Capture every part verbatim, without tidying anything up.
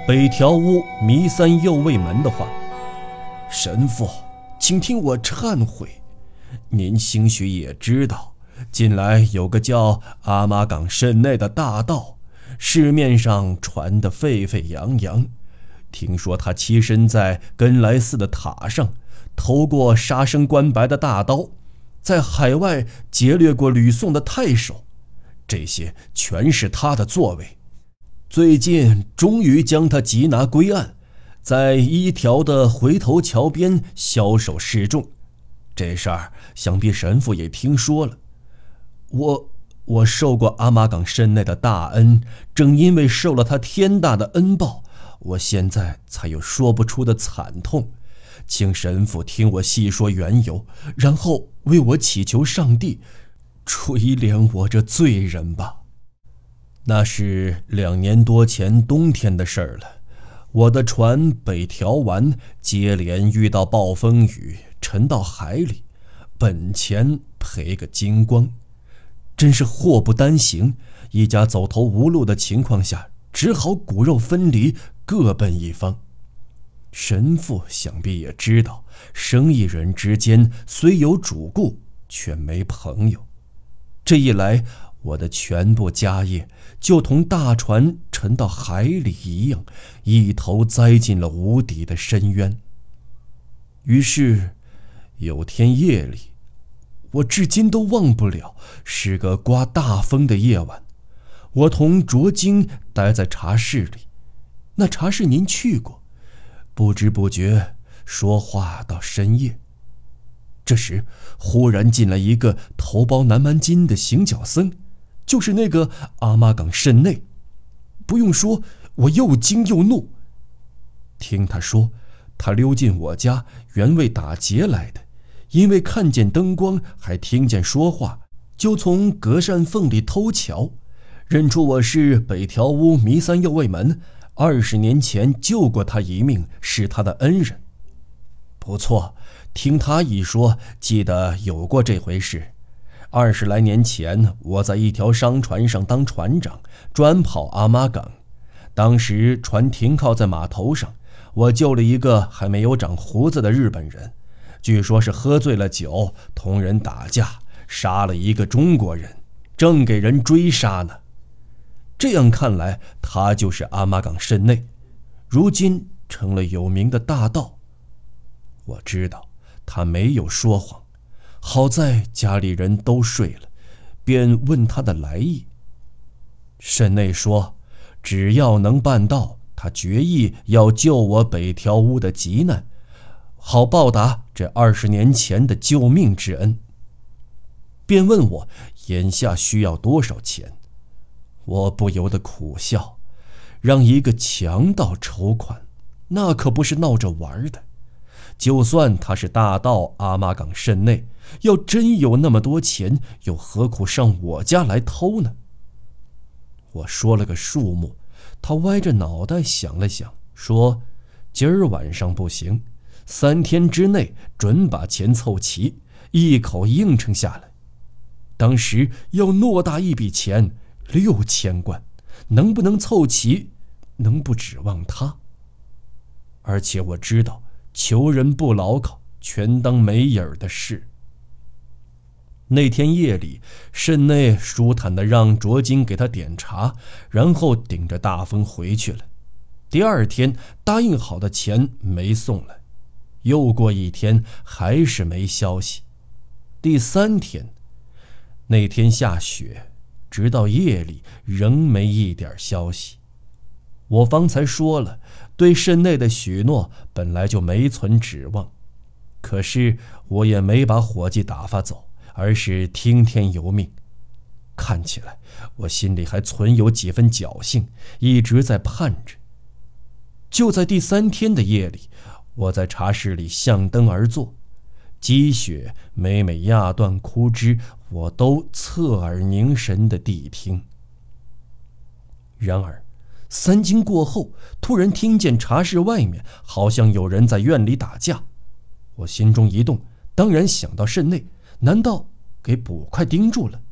北条屋弥三右卫门的话：“ 神父，请听我忏悔。您兴许也知道，近来有个叫阿玛冈慎内的大盗，市面上传得沸沸扬扬。听说他栖身在根来寺的塔上，偷过杀生关白的大刀，在海外劫掠过吕宋的太守，这些全是他的作为。最近终于将他缉拿归案，在一条的回头桥边枭首示众。这事儿想必神父也听说了。我我受过阿玛冈慎内的大恩，正因为受了他天大的恩报，我现在才有说不出的惨痛。请神父听我细说缘由，然后为我祈求上帝垂怜我这罪人吧。那是两年多前冬天的事儿了，我的船北条丸接连遇到暴风雨，沉到海里，本钱赔个精光，真是祸不单行。一家走投无路的情况下，只好骨肉分离，各奔一方。神父想必也知道，生意人之间虽有主顾，却没朋友。这一来，我的全部家业就同大船沉到海里一样，一头栽进了无底的深渊。于是有天夜里，我至今都忘不了，是个刮大风的夜晚，我同卓京待在茶室里。那茶室您去过，不知不觉说话到深夜。这时忽然进来一个头包南蛮巾的行脚僧，就是那个阿玛冈慎内。不用说，我又惊又怒。听他说，他溜进我家原为打劫来的，因为看见灯光还听见说话，就从隔扇缝里偷瞧，认出我是北条屋弥三右卫门，二十年前救过他一命，是他的恩人。不错，听他一说，记得有过这回事。二十来年前，我在一条商船上当船长，专跑阿玛冈。当时船停靠在码头上，我救了一个还没有长胡子的日本人，据说是喝醉了酒，同人打架，杀了一个中国人，正给人追杀呢。这样看来，他就是阿玛冈慎内，如今成了有名的大盗。我知道他没有说谎，好在家里人都睡了，便问他的来意。慎内说，只要能办到，他决意要救我北条屋的急难，好报答这二十年前的救命之恩。便问我眼下需要多少钱。我不由得苦笑，让一个强盗筹款，那可不是闹着玩的。就算他是大盗阿玛冈慎内，要真有那么多钱，又何苦上我家来偷呢？我说了个数目，他歪着脑袋想了想，说今儿晚上不行，三天之内准把钱凑齐，一口应承下来。当时要偌大一笔钱，六千贯，能不能凑齐，能不指望他？而且我知道求人不牢靠，全当没影儿的事。那天夜里，慎内舒坦地让卓金给他点茶，然后顶着大风回去了。第二天答应好的钱没送来，又过一天还是没消息。第三天，那天下雪，直到夜里仍没一点消息。我方才说了，对慎内的许诺本来就没存指望，可是我也没把伙计打发走，而是听天由命。看起来我心里还存有几分侥幸，一直在盼着。就在第三天的夜里，我在茶室里向灯而坐，积雪每每压断枯枝，我都侧耳凝神地谛听。然而三更过后，突然听见茶室外面好像有人在院里打架。我心中一动，当然想到慎内，难道给捕快盯住了？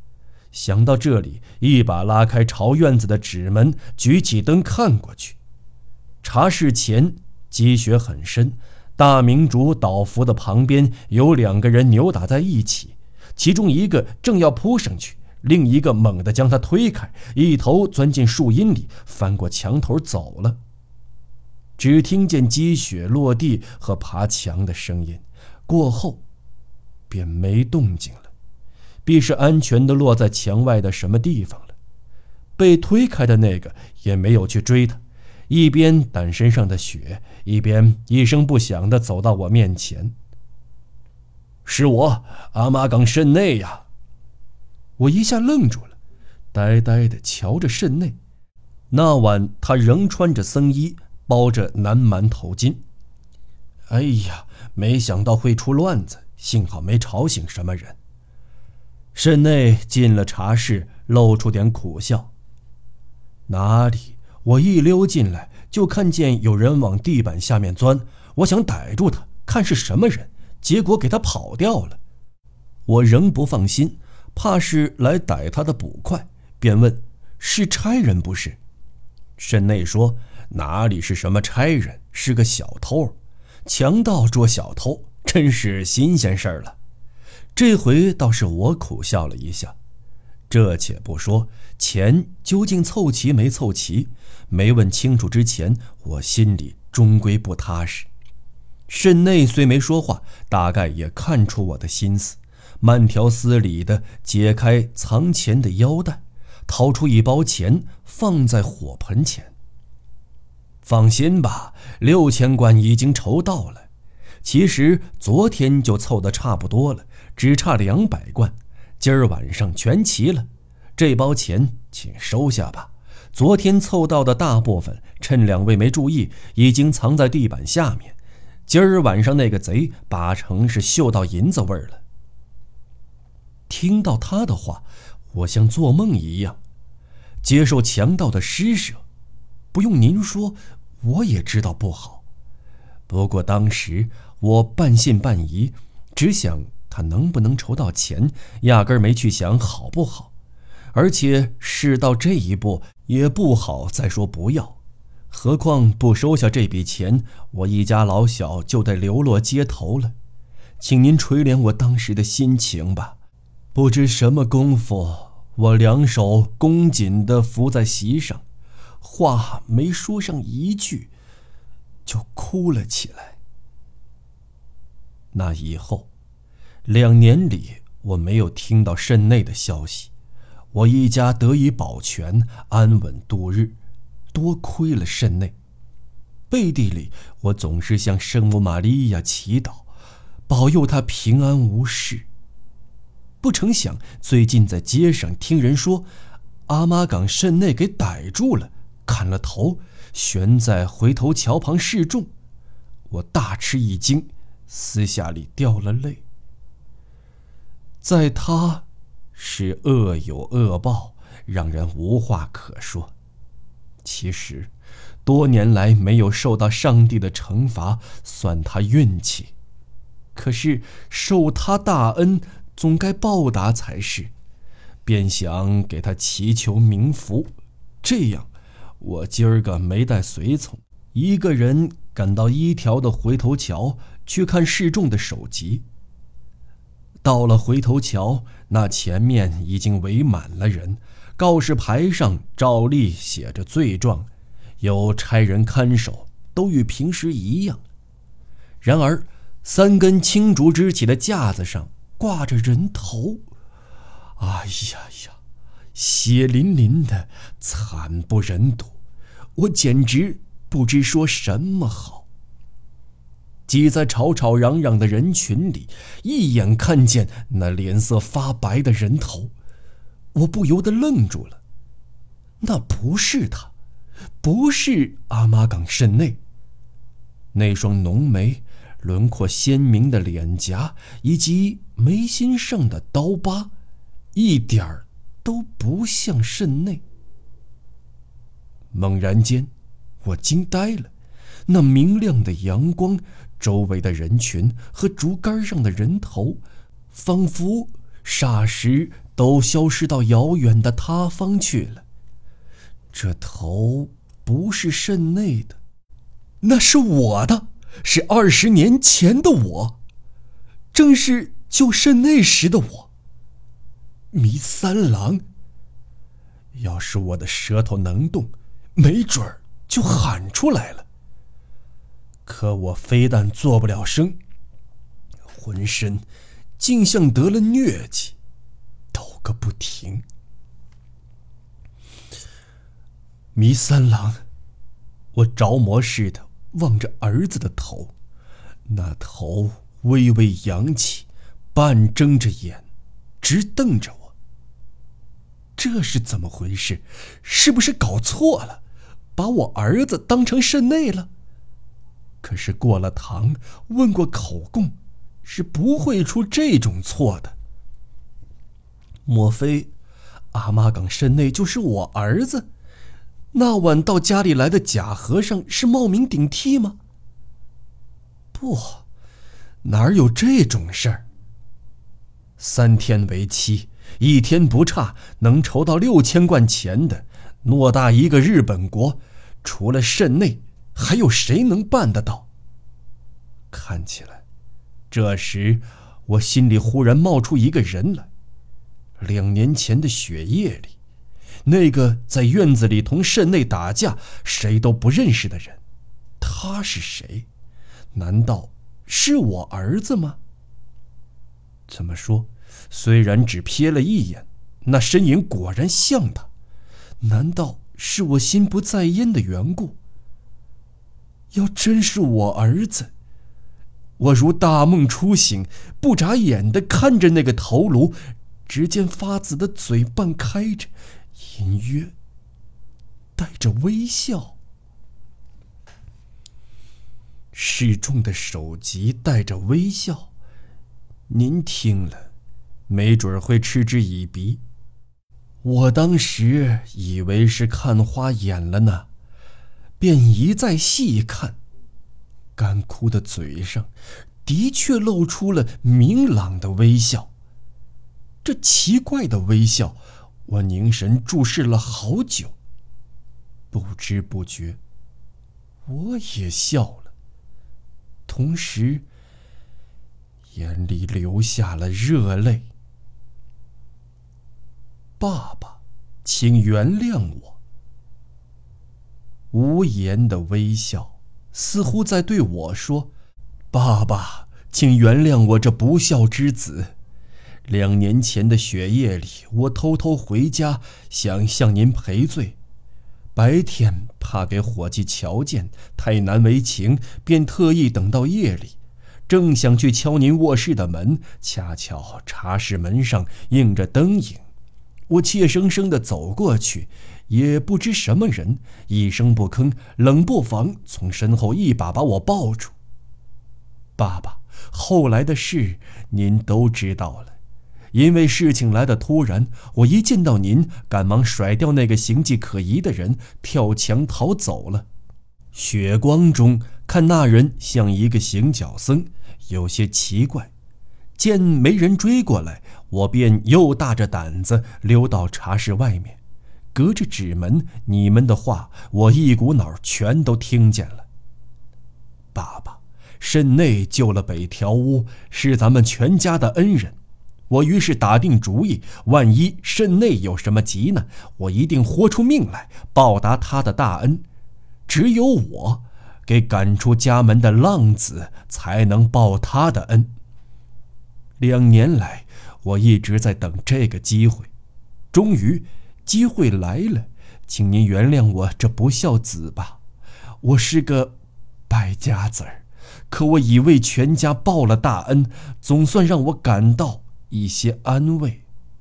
想到这里，一把拉开朝院子的纸门，举起灯看过去。 茶室前积雪很深，大明主倒伏的旁边有两个人扭打在一起，其中一个正要扑上去，另一个猛地将他推开，一头钻进树荫里，翻过墙头走了。只听见积雪落地和爬墙的声音，过后便没动静了，必是安全地落在墙外的什么地方了。被推开的那个也没有去追他，一边掸身上的雪，一边一声不响地走到我面前。是我，阿玛冈慎内呀！我一下愣住了，呆呆地瞧着慎内。那晚他仍穿着僧衣，包着南蛮头巾。哎呀，没想到会出乱子，幸好没吵醒什么人。慎内进了茶室，露出点苦笑。哪里，我一溜进来就看见有人往地板下面钻，我想逮住他，看是什么人，结果给他跑掉了。我仍不放心，怕是来逮他的捕快，便问：是差人不是？慎内说：哪里是什么差人，是个小偷。强盗捉小偷，真是新鲜事儿了。这回倒是我苦笑了一下。这且不说钱究竟凑齐没凑齐，没问清楚之前，我心里终归不踏实。慎内虽没说话，大概也看出我的心思，慢条斯理地解开藏钱的腰带，掏出一包钱放在火盆前。放心吧，六千贯已经筹到了。其实昨天就凑得差不多了，只差两百贯，今儿晚上全齐了。这包钱请收下吧，昨天凑到的大部分，趁两位没注意，已经藏在地板下面。今儿晚上那个贼八成是嗅到银子味儿了。听到他的话，我像做梦一样，接受强盗的施舍，不用您说，我也知道不好。不过当时我半信半疑，只想他能不能筹到钱，压根儿没去想好不好。而且事到这一步，也不好再说不要。何况不收下这笔钱，我一家老小就得流落街头了。请您垂怜我当时的心情吧。不知什么功夫，我两手恭谨地伏在席上，话没说上一句，就哭了起来。那以后，两年里我没有听到慎内的消息，我一家得以保全，安稳度日，多亏了慎内。背地里，我总是向圣母玛利亚祈祷，保佑他平安无事。不成想，最近在街上听人说，阿玛冈慎内给逮住了，砍了头，悬在回头桥旁示众。我大吃一惊，私下里掉了泪。在他是恶有恶报，让人无话可说。其实多年来没有受到上帝的惩罚，算他运气。可是受他大恩，总该报答才是，便想给他祈求冥福。这样，我今儿个没带随从，一个人赶到一条的回头桥去看示众的首级。到了回头桥，那前面已经围满了人，告示牌上照例写着罪状，有差人看守，都与平时一样。然而三根青竹支起的架子上挂着人头，哎呀呀，血淋淋的，惨不忍睹，我简直不知说什么好。挤在吵吵嚷嚷的人群里，一眼看见那脸色发白的人头，我不由得愣住了。那不是他，不是阿玛冈慎内。那双浓眉、轮廓鲜明的脸颊以及眉心上的刀疤，一点儿都不像慎内。猛然间，我惊呆了。那明亮的阳光，周围的人群和竹竿上的人头，仿佛霎时都消失到遥远的他方去了。这头不是慎内的， 那是我的，是二十年前的我，正是救肾内时的我。弥三郎，要是我的舌头能动，没准儿就喊出来了。可我非但做不了声，浑身竟像得了疟疾，抖个不停。弥三郎，我着魔似的望着儿子的头，那头微微扬起，半睁着眼，直瞪着我。这是怎么回事？是不是搞错了，把我儿子当成肾内了？可是过了堂，问过口供，是不会出这种错的。莫非阿妈岗肾内就是我儿子？那晚到家里来的假和尚是冒名顶替吗？不，哪有这种事儿？三天为期，一天不差，能筹到六千贯钱的，偌大一个日本国，除了肾内，还有谁能办得到？看起来，这时我心里忽然冒出一个人来。两年前的雪夜里，那个在院子里同肾内打架谁都不认识的人，他是谁？难道是我儿子吗？怎么说，虽然只瞥了一眼，那身影果然像他。难道是我心不在焉的缘故？要真是我儿子，我如大梦初醒，不眨眼地看着那个头颅，只见发紫的嘴半开着，隐约带着微笑。示众的首级带着微笑，您听了没准会嗤之以鼻。我当时以为是看花眼了呢，便一再细看，干枯的嘴上的确露出了明朗的微笑。这奇怪的微笑，我凝神注视了好久，不知不觉我也笑了，同时眼里流下了热泪。爸爸，请原谅我。无言的微笑似乎在对我说，爸爸，请原谅我这不孝之子。两年前的雪夜里，我偷偷回家，想向您赔罪。白天怕给伙计瞧见，太难为情，便特意等到夜里，正想去敲您卧室的门，恰巧茶室门上映着灯影。我怯生生地走过去，也不知什么人，一声不吭，冷不防从身后一把把我抱住。爸爸，后来的事您都知道了。因为事情来得突然，我一见到您，赶忙甩掉那个形迹可疑的人，跳墙逃走了。血光中看那人像一个行脚僧，有些奇怪。见没人追过来，我便又大着胆子溜到茶室外面，隔着纸门，你们的话我一股脑全都听见了。爸爸，肾内救了北条屋，是咱们全家的恩人。我于是打定主意，万一肾内有什么急难，我一定豁出命来报答他的大恩。只有我给赶出家门的浪子才能报他的恩。两年来，我一直在等这个机会，终于机会来了，请您原谅我这不孝子吧。我是个败家子儿，可我已为全家报了大恩，总算让我感到一些安慰。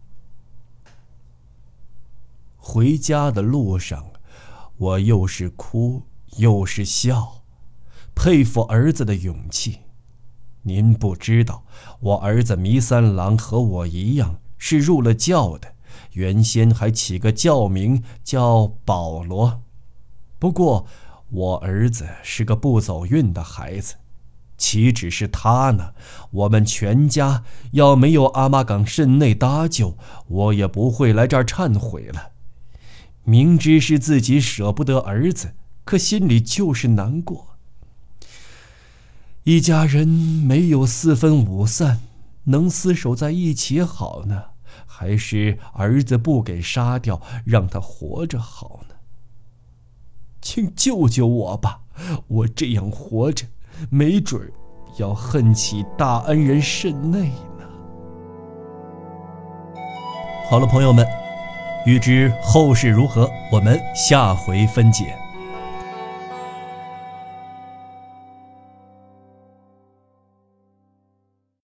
回家的路上，我又是哭又是笑，佩服儿子的勇气。您不知道，我儿子弥三郎和我一样是入了教的，原先还起个教名叫保罗。不过我儿子是个不走运的孩子，岂止是他呢，我们全家要没有阿妈岗肾内搭救，我也不会来这儿忏悔了。明知是自己舍不得儿子，可心里就是难过。 一家人没有四分五散，能厮守在一起好呢，还是儿子不给杀掉，让他活着好呢？请救救我吧，我这样活着，没准要恨起大恩人慎内呢。 好了，朋友们，欲知后事如何，我们下回分解。